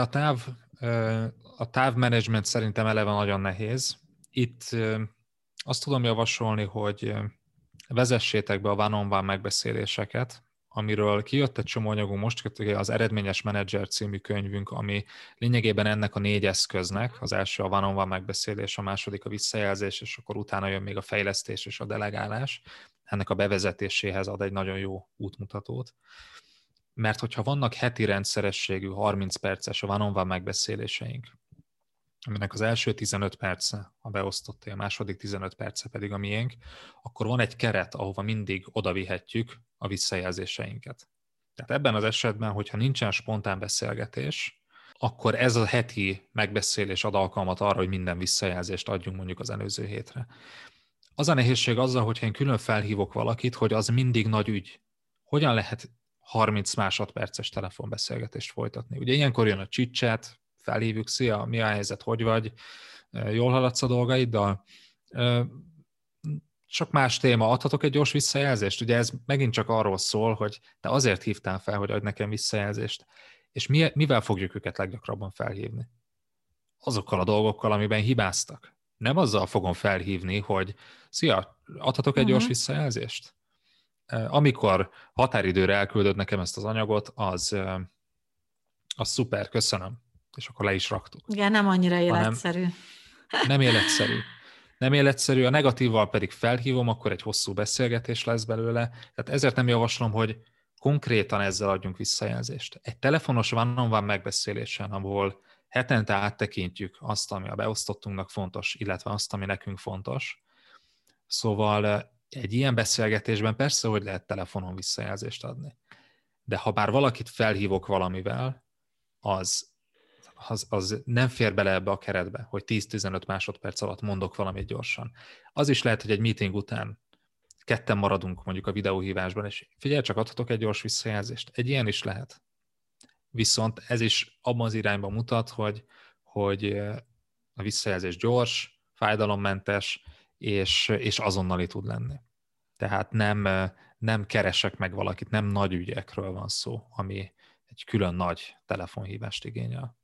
a távmenedzsment szerintem eleve nagyon nehéz. Itt azt tudom javasolni, hogy vezessétek be a one-on-one megbeszéléseket, amiről kijött egy csomó anyagunk most, az Eredményes Menedzser című könyvünk, ami lényegében ennek a 4 eszköznek, az első a one-on-one megbeszélés, a második a visszajelzés, és akkor utána jön még a fejlesztés és a delegálás. Ennek a bevezetéséhez ad egy nagyon jó útmutatót. Mert hogyha vannak heti rendszerességű 30 perces a one-on-one megbeszéléseink, aminek az első 15 perce a beosztotté, a második 15 perce pedig a miénk, akkor van egy keret, ahova mindig odavihetjük a visszajelzéseinket. Tehát ebben az esetben, hogyha nincsen spontán beszélgetés, akkor ez a heti megbeszélés ad alkalmat arra, hogy minden visszajelzést adjunk mondjuk az előző hétre. Az a nehézség azzal, hogyha én külön felhívok valakit, hogy az mindig nagy ügy. Hogyan lehet 30 másodperces telefonbeszélgetést folytatni? Ugye ilyenkor jön a chit-chat, felhívjuk, szia, mi a helyzet, hogy vagy, jól haladsz a dolgaiddal? Csak más téma, adhatok egy gyors visszajelzést? Ugye ez megint csak arról szól, hogy te azért hívtál fel, hogy adj nekem visszajelzést, és mivel fogjuk őket leggyakrabban felhívni? Azokkal a dolgokkal, amiben hibáztak. Nem azzal fogom felhívni, hogy szia, adhatok egy gyors visszajelzést? Amikor határidőre elküldöd nekem ezt az anyagot, az szuper, köszönöm. És akkor le is raktuk. Igen, nem annyira életszerű. Nem életszerű. Nem életszerű, a negatívval pedig felhívom, akkor egy hosszú beszélgetés lesz belőle. Tehát ezért nem javaslom, hogy konkrétan ezzel adjunk visszajelzést. Egy telefonos one-on-one megbeszélésen, ahol hetente áttekintjük azt, ami a beosztottunknak fontos, illetve azt, ami nekünk fontos. Szóval egy ilyen beszélgetésben persze, hogy lehet telefonon visszajelzést adni. De ha bár valakit felhívok valamivel, az nem fér bele ebbe a keretbe, hogy 10-15 másodperc alatt mondok valamit gyorsan. Az is lehet, hogy egy meeting után ketten maradunk mondjuk a videóhívásban, és figyelj, csak adhatok egy gyors visszajelzést. Egy ilyen is lehet. Viszont ez is abban az irányban mutat, hogy a visszajelzés gyors, fájdalommentes, és azonnali tud lenni. Tehát nem keresek meg valakit, nem nagy ügyekről van szó, ami egy külön nagy telefonhívást igényel.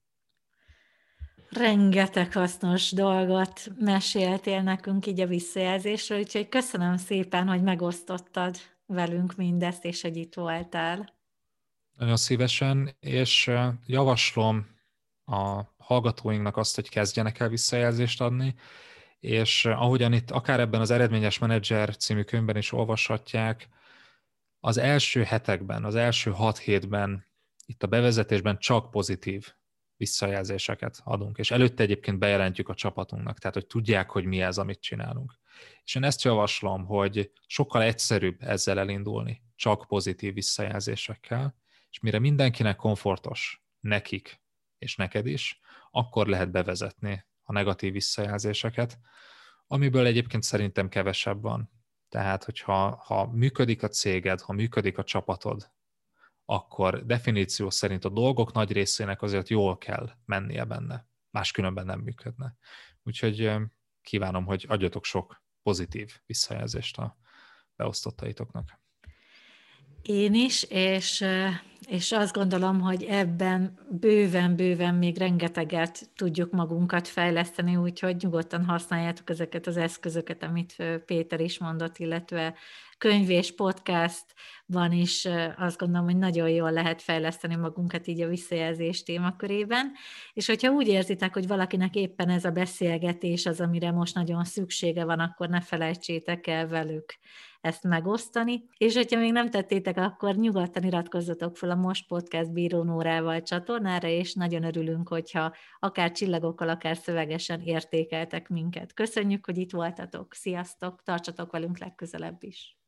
Rengeteg hasznos dolgot meséltél nekünk így a visszajelzésről, úgyhogy köszönöm szépen, hogy megosztottad velünk mindezt, és hogy itt voltál. Nagyon szívesen, és javaslom a hallgatóinknak azt, hogy kezdjenek el visszajelzést adni, és ahogyan itt akár ebben az Eredményes Menedzser című könyvben is olvashatják, az első hetekben, az első 6 hétben, itt a bevezetésben csak pozitív visszajelzéseket adunk, és előtte egyébként bejelentjük a csapatunknak, tehát hogy tudják, hogy mi ez, amit csinálunk. És én ezt javaslom, hogy sokkal egyszerűbb ezzel elindulni, csak pozitív visszajelzésekkel, és mire mindenkinek komfortos, nekik és neked is, akkor lehet bevezetni a negatív visszajelzéseket, amiből egyébként szerintem kevesebb van. Tehát, hogyha működik a céged, ha működik a csapatod, akkor definíció szerint a dolgok nagy részének azért jól kell mennie benne. Máskülönben nem működne. Úgyhogy kívánom, hogy adjatok sok pozitív visszajelzést a beosztottaitoknak. Én is, és azt gondolom, hogy ebben bőven még rengeteget tudjuk magunkat fejleszteni, úgyhogy nyugodtan használjátok ezeket az eszközöket, amit Péter is mondott, illetve könyv és podcastban is azt gondolom, hogy nagyon jól lehet fejleszteni magunkat így a visszajelzés témakörében, és hogyha úgy érzitek, hogy valakinek éppen ez a beszélgetés az, amire most nagyon szüksége van, akkor ne felejtsétek el velük ezt megosztani, és hogyha még nem tettétek, akkor nyugodtan iratkozzatok fel a Most Podcast Bíró Nórával csatornára, és nagyon örülünk, hogyha akár csillagokkal, akár szövegesen értékeltek minket. Köszönjük, hogy itt voltatok, sziasztok, tartsatok velünk legközelebb is!